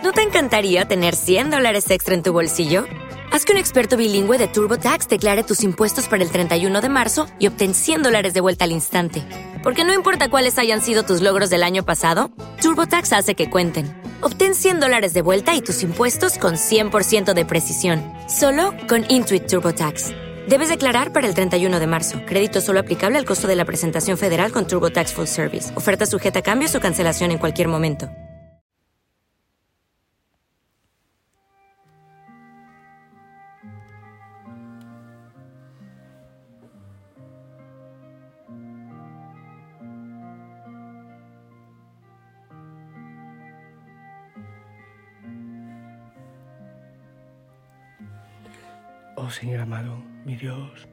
¿No te encantaría tener $100 extra en tu bolsillo? Haz que un experto bilingüe de TurboTax declare tus impuestos para el 31 de marzo y obtén $100 de vuelta al instante. Porque no importa cuáles hayan sido tus logros del año pasado, TurboTax hace que cuenten. Obtén $100 de vuelta y tus impuestos con 100% de precisión. Solo con Intuit TurboTax. Debes declarar para el 31 de marzo. Crédito solo aplicable al costo de la presentación federal con TurboTax Full Service. Oferta sujeta a cambios o cancelación en cualquier momento. Oh Señor amado, mi Dios,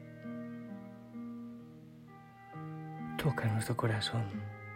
toca nuestro corazón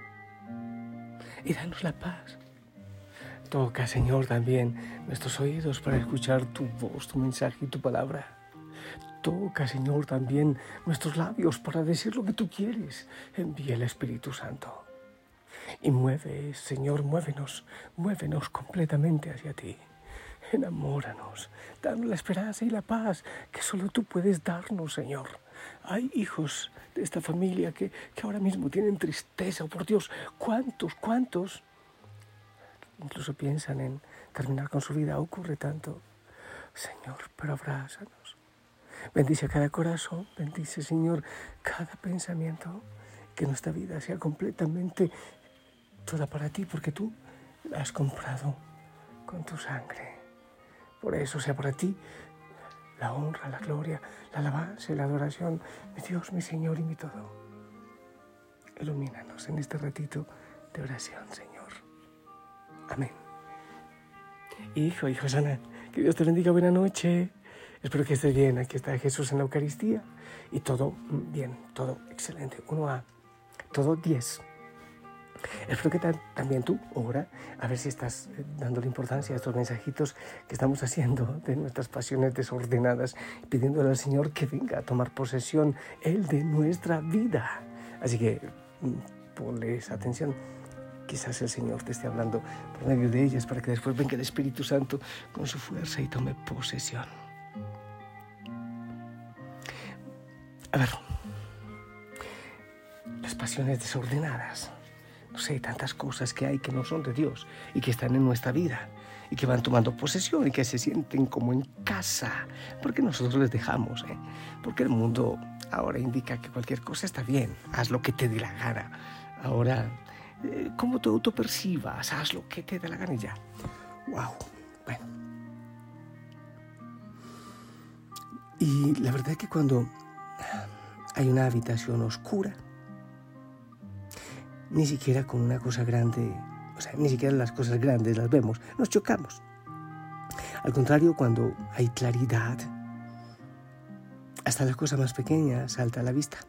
y danos la paz. Toca, Señor, también nuestros oídos para escuchar tu voz, tu mensaje y tu palabra. Toca, Señor, también nuestros labios para decir lo que tú quieres. Envía el Espíritu Santo y mueve, Señor, muévenos completamente hacia ti. Enamóranos, danos la esperanza y la paz que solo tú puedes darnos, Señor. Hay hijos de esta familia que ahora mismo tienen tristeza. Oh, por Dios, ¿cuántos? Incluso piensan en terminar con su vida. Ocurre tanto, Señor, pero abrázanos. Bendice a cada corazón, bendice, Señor, cada pensamiento. Que nuestra vida sea completamente toda para ti, porque tú la has comprado con tu sangre. Por eso sea para ti la honra, la gloria, la alabanza y la adoración, mi Dios, mi Señor y mi todo. Ilumínanos en este ratito de oración, Señor. Amén. Hijo Sana, que Dios te bendiga, buena noche. Espero que estés bien. Aquí está Jesús en la Eucaristía y todo bien, todo excelente. 1 todo 10. Espero que también tú ora a ver si estás dándole importancia a estos mensajitos que estamos haciendo de nuestras pasiones desordenadas, pidiéndole al Señor que venga a tomar posesión Él de nuestra vida. Así que ponles atención. Quizás el Señor te esté hablando por medio de ellas para que después venga el Espíritu Santo con su fuerza y tome posesión. A ver, las pasiones desordenadas. No sé, tantas cosas que hay que no son de Dios y que están en nuestra vida y que van tomando posesión y que se sienten como en casa. ¿Por qué nosotros les dejamos? Porque el mundo ahora indica que cualquier cosa está bien. Haz lo que te dé la gana. Ahora, como tú autopercibas, haz lo que te dé la gana y ya. Wow. Bueno. Y la verdad es que cuando hay una habitación oscura, ni siquiera con una cosa grande, ni siquiera las cosas grandes las vemos, nos chocamos. Al contrario, cuando hay claridad, hasta las cosas más pequeñas salta a la vista.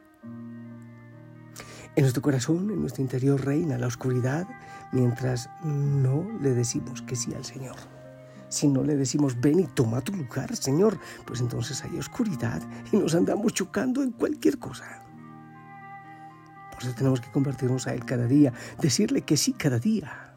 En nuestro corazón, en nuestro interior reina la oscuridad mientras no le decimos que sí al Señor. Si no le decimos, ven y toma tu lugar, Señor, pues entonces hay oscuridad y nos andamos chocando en cualquier cosa. Por eso tenemos que convertirnos a Él cada día, decirle que sí cada día.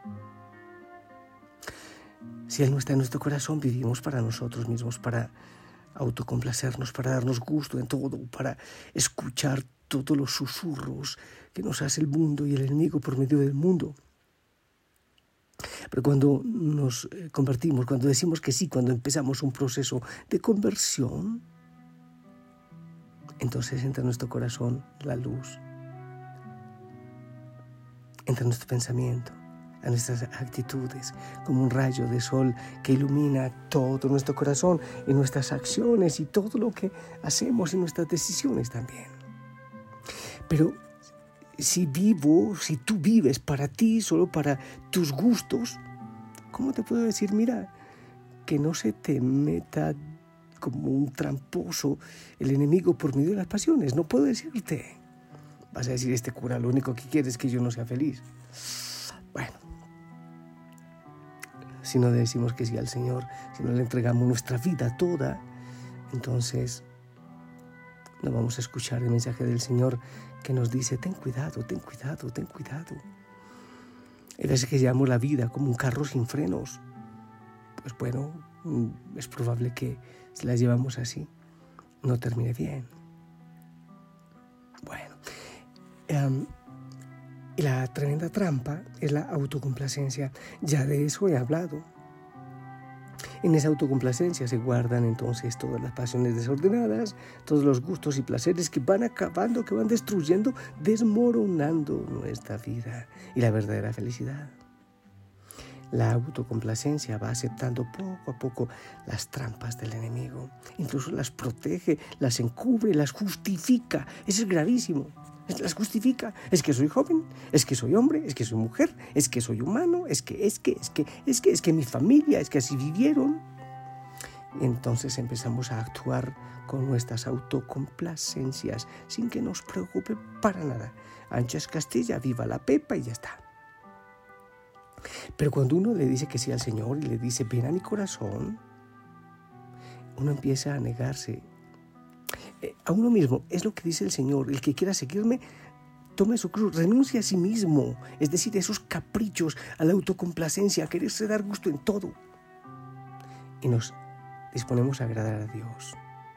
Si Él no está en nuestro corazón, vivimos para nosotros mismos, para autocomplacernos, para darnos gusto en todo, para escuchar todos los susurros que nos hace el mundo y el enemigo por medio del mundo. Pero cuando nos convertimos, cuando decimos que sí, cuando empezamos un proceso de conversión, entonces entra en nuestro corazón la luz. Entra en nuestro pensamiento, a nuestras actitudes, como un rayo de sol que ilumina todo nuestro corazón y nuestras acciones y todo lo que hacemos y nuestras decisiones también. Pero si tú vives para ti, solo para tus gustos, ¿cómo te puedo decir? Mira, que no se te meta como un tramposo el enemigo por medio de las pasiones. No puedo decirte. Vas a decir, este cura lo único que quiere es que yo no sea feliz. Bueno, si no le decimos que sí al Señor, si no le entregamos nuestra vida toda, entonces no vamos a escuchar el mensaje del Señor que nos dice, ten cuidado, ten cuidado, ten cuidado. Hay veces que llevamos la vida como un carro sin frenos. Pues bueno, es probable que si la llevamos así, no termine bien. Bueno, y la tremenda trampa es la autocomplacencia. Ya de eso he hablado. En esa autocomplacencia se guardan entonces todas las pasiones desordenadas, todos los gustos y placeres que van acabando, que van destruyendo, desmoronando nuestra vida y la verdadera felicidad. La autocomplacencia va aceptando poco a poco las trampas del enemigo. Incluso las protege, las encubre, las justifica. Eso es gravísimo. Las justifica. Es que soy joven, es que soy hombre, es que soy mujer, es que soy humano, es que mi familia, es que así vivieron. Y entonces empezamos a actuar con nuestras autocomplacencias sin que nos preocupe para nada. Ancha es Castilla, viva la Pepa y ya está. Pero cuando uno le dice que sí al Señor y le dice, ven a mi corazón, uno empieza a negarse a uno mismo. Es lo que dice el Señor: el que quiera seguirme, tome su cruz, renuncie a sí mismo. Es decir, a esos caprichos, a la autocomplacencia, a quererse dar gusto en todo. Y nos disponemos a agradar a Dios.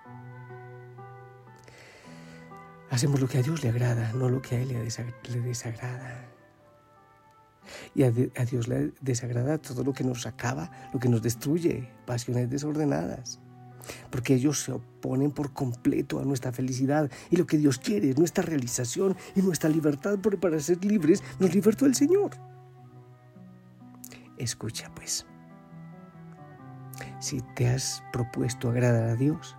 Hacemos lo que a Dios le agrada, no lo que a Él le desagrada. Y a Dios le desagrada todo lo que nos acaba, lo que nos destruye, pasiones desordenadas. Porque ellos se oponen por completo a nuestra felicidad. Y lo que Dios quiere es nuestra realización y nuestra libertad, porque para ser libres nos libertó el Señor. Escucha pues, si te has propuesto agradar a Dios,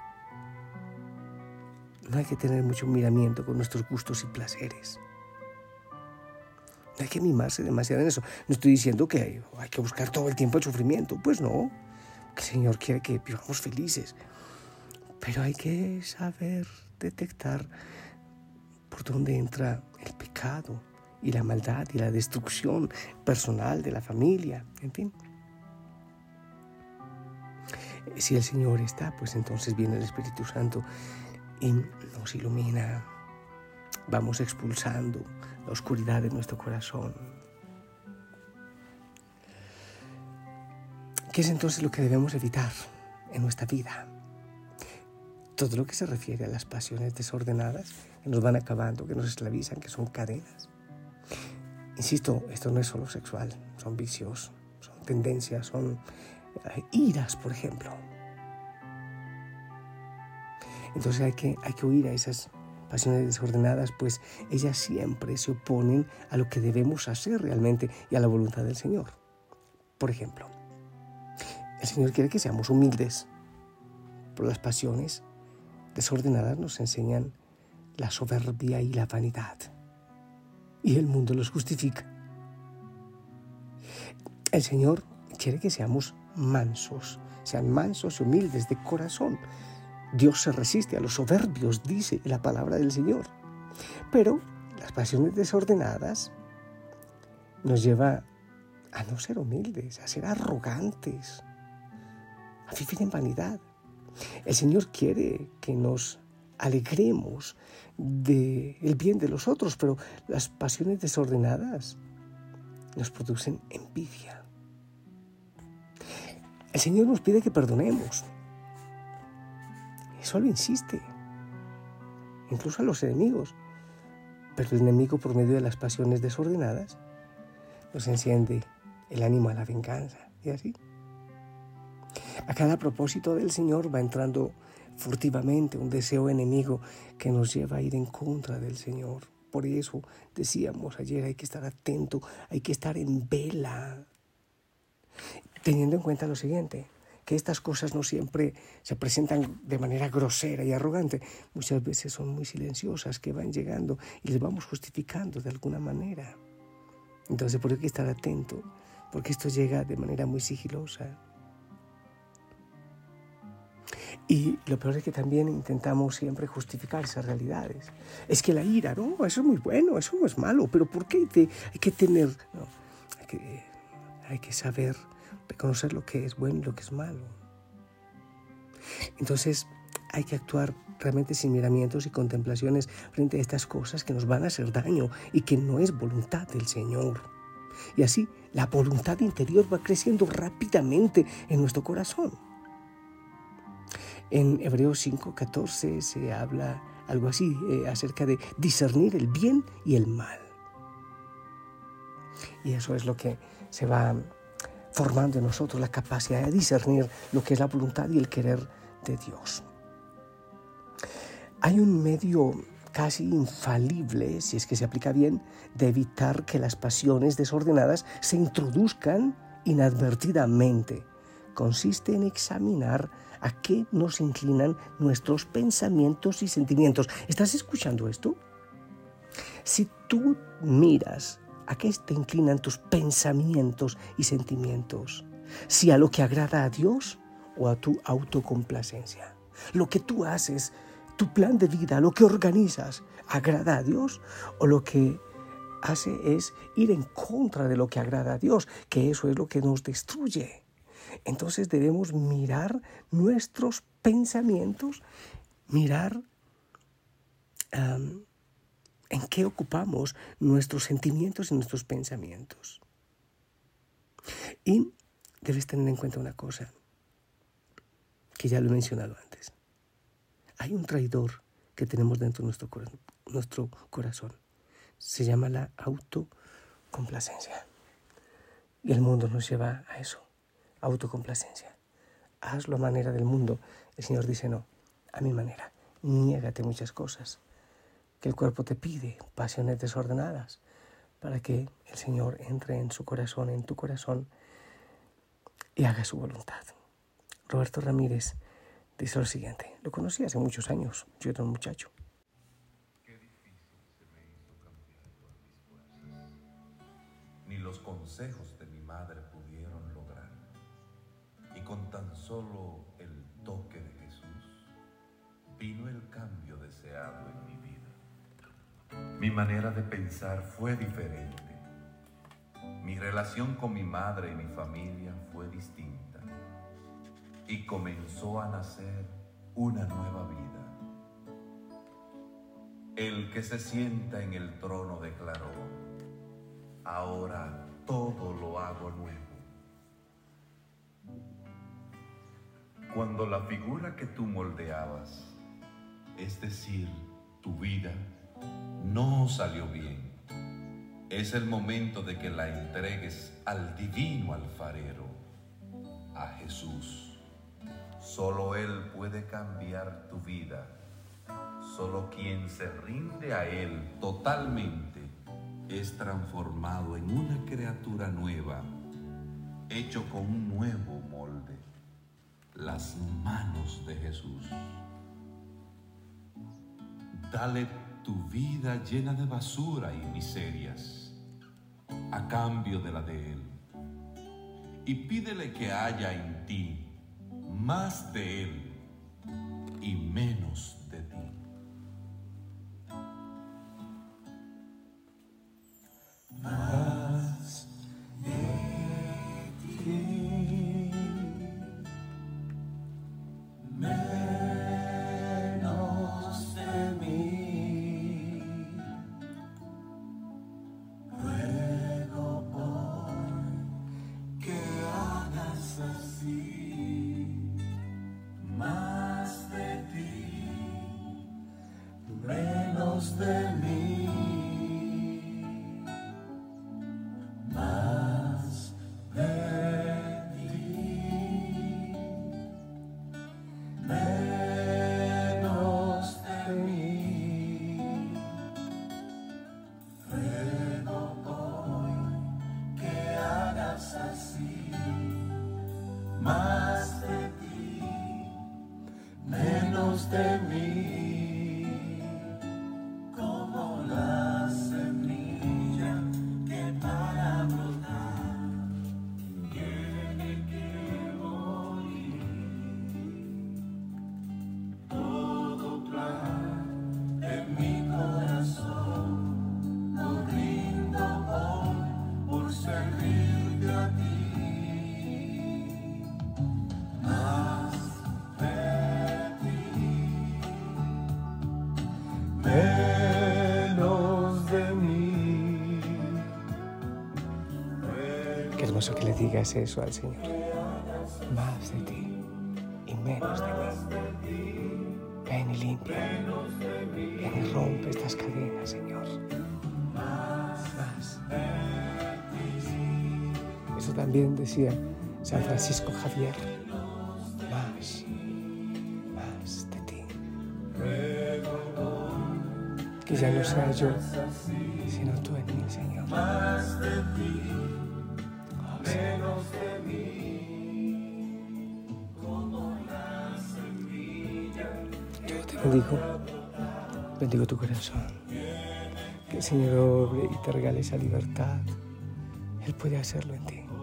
no hay que tener mucho miramiento con nuestros gustos y placeres. No hay que mimarse demasiado en eso. No estoy diciendo que hay que buscar todo el tiempo el sufrimiento. Pues no, que el Señor quiere que vivamos felices. Pero hay que saber detectar por dónde entra el pecado y la maldad y la destrucción personal de la familia, en fin. Si el Señor está, pues entonces viene el Espíritu Santo y nos ilumina. Vamos expulsando la oscuridad de nuestro corazón. ¿Qué es entonces lo que debemos evitar en nuestra vida? Todo lo que se refiere a las pasiones desordenadas que nos van acabando, que nos esclavizan, que son cadenas. Insisto, esto no es solo sexual, son vicios, son tendencias, son iras, por ejemplo. Entonces hay que huir a esas pasiones desordenadas, pues ellas siempre se oponen a lo que debemos hacer realmente y a la voluntad del Señor. Por ejemplo, el Señor quiere que seamos humildes, pero las pasiones desordenadas nos enseñan la soberbia y la vanidad, y el mundo los justifica. El Señor quiere que seamos mansos, sean mansos y humildes de corazón. Dios se resiste a los soberbios, dice la palabra del Señor. Pero las pasiones desordenadas nos llevan a no ser humildes, a ser arrogantes, a vivir en vanidad. El Señor quiere que nos alegremos del bien de los otros, pero las pasiones desordenadas nos producen envidia. El Señor nos pide que perdonemos. Y solo insiste, incluso a los enemigos. Pero el enemigo, por medio de las pasiones desordenadas, nos enciende el ánimo a la venganza. Y así. A cada propósito del Señor va entrando furtivamente un deseo enemigo que nos lleva a ir en contra del Señor. Por eso decíamos ayer, hay que estar atento, hay que estar en vela, teniendo en cuenta lo siguiente: que estas cosas no siempre se presentan de manera grosera y arrogante. Muchas veces son muy silenciosas, que van llegando y les vamos justificando de alguna manera. Entonces, por eso hay que estar atento, porque esto llega de manera muy sigilosa. Y lo peor es que también intentamos siempre justificar esas realidades. Es que la ira, no, eso es muy bueno, eso no es malo, pero ¿por qué hay que tener? No, hay que saber reconocer lo que es bueno y lo que es malo. Entonces hay que actuar realmente sin miramientos y contemplaciones frente a estas cosas que nos van a hacer daño y que no es voluntad del Señor. Y así la voluntad interior va creciendo rápidamente en nuestro corazón. En Hebreos 5:14 se habla algo así acerca de discernir el bien y el mal. Y eso es lo que se va formando en nosotros, la capacidad de discernir lo que es la voluntad y el querer de Dios. Hay un medio casi infalible, si es que se aplica bien, de evitar que las pasiones desordenadas se introduzcan inadvertidamente. Consiste en examinar a qué nos inclinan nuestros pensamientos y sentimientos. ¿Estás escuchando esto? Si tú miras a qué te inclinan tus pensamientos y sentimientos, si a lo que agrada a Dios o a tu autocomplacencia, lo que tú haces, tu plan de vida, lo que organizas, ¿agrada a Dios o lo que hace es ir en contra de lo que agrada a Dios? Que eso es lo que nos destruye. Entonces debemos mirar nuestros pensamientos, mirar en qué ocupamos nuestros sentimientos y nuestros pensamientos. Y debes tener en cuenta una cosa, que ya lo he mencionado antes. Hay un traidor que tenemos dentro de nuestro corazón. Se llama la autocomplacencia. Y el mundo nos lleva a eso, autocomplacencia. Hazlo a manera del mundo. El Señor dice no, a mi manera. Niégate muchas cosas que el cuerpo te pide, pasiones desordenadas, para que el Señor entre en su corazón, en tu corazón, y haga su voluntad. Roberto Ramírez dice lo siguiente, lo conocí hace muchos años, yo era un muchacho. Qué difícil se me hizo cambiar por mis fuerzas. Ni los consejos de mi madre pudieron lograr. Y con tan solo el toque de Jesús, vino el cambio deseado en mi vida. Mi manera de pensar fue diferente. Mi relación con mi madre y mi familia fue distinta. Y comenzó a nacer una nueva vida. El que se sienta en el trono declaró: ahora todo lo hago nuevo. Cuando la figura que tú moldeabas, es decir, tu vida, no salió bien, es el momento de que la entregues al divino alfarero, a Jesús. Solo Él puede cambiar tu vida. Solo quien se rinde a Él totalmente es transformado en una criatura nueva, hecho con un nuevo molde, las manos de Jesús. Dale tu vida llena de basura y miserias, a cambio de la de Él. Y pídele que haya en ti más de Él y menos de ti. Más de ti, menos de mí. Ruego por que hagas así. Más de ti, menos de mí. Más de ti, menos de mí. Ruego hoy que hagas así. Más de ti, menos de mí, como la semilla que para brotar tiene que morir. Todo plan de mi corazón lo rindo hoy por servirte a ti. Menos de mí, hermoso que le digas eso al Señor. Más de ti y menos de mí. Ven y limpia. Ven y rompe estas cadenas, Señor. Más. Eso también decía San Francisco Javier. Más de ti. Que ya no sea yo, sino tú en mí, Señor. Más de ti, Oh, menos de mí, como la semilla. yo te bendigo tu corazón. Que el Señor obre y te regale esa libertad. Él puede hacerlo en ti.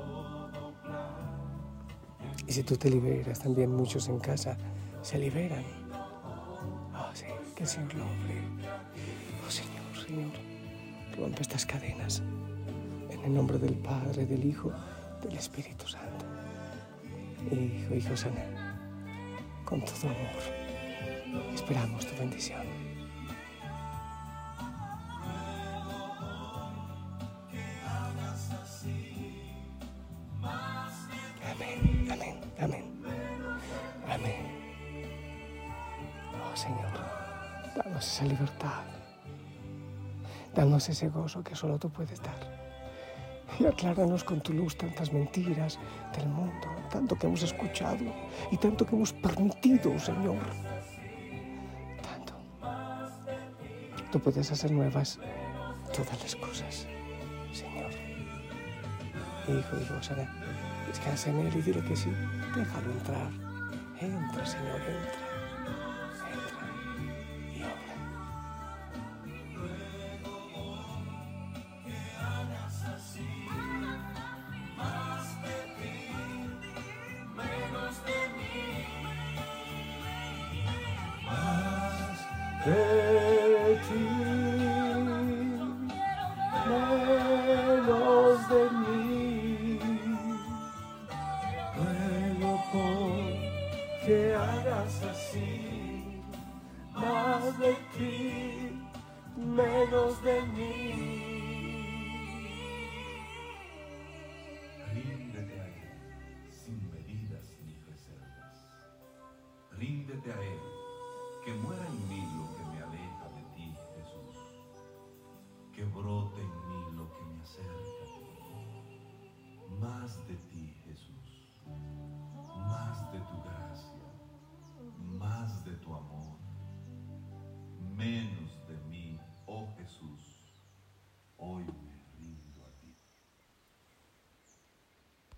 Y si tú te liberas, también muchos en casa se liberan. Oh, sí, que el Señor lo obre. Oh, Señor, rompe estas cadenas. En el nombre del Padre, del Hijo, del Espíritu Santo. Hijo sana, con todo amor, esperamos tu bendición. Amén. Oh, Señor, danos esa libertad. Danos ese gozo que solo tú puedes dar. Y acláranos con tu luz tantas mentiras del mundo, tanto que hemos escuchado y tanto que hemos permitido, Señor. Tanto. Tú puedes hacer nuevas todas las cosas, Señor. Hijo, sana, descansa en Él y dile que sí. Déjalo entrar. Entra, Señor, entra y obra. De ti, menos de mí, ruego por que hagas así, más de ti, menos de mí. Ríndete a Él sin medidas ni reservas. Ríndete a Él, que muera en mí lo que me aleja de ti, Jesús. Que brote en mí lo que me acerca a ti. Más de ti, Jesús. Más de tu gracia. Más de tu amor. Menos de mí, oh Jesús. Hoy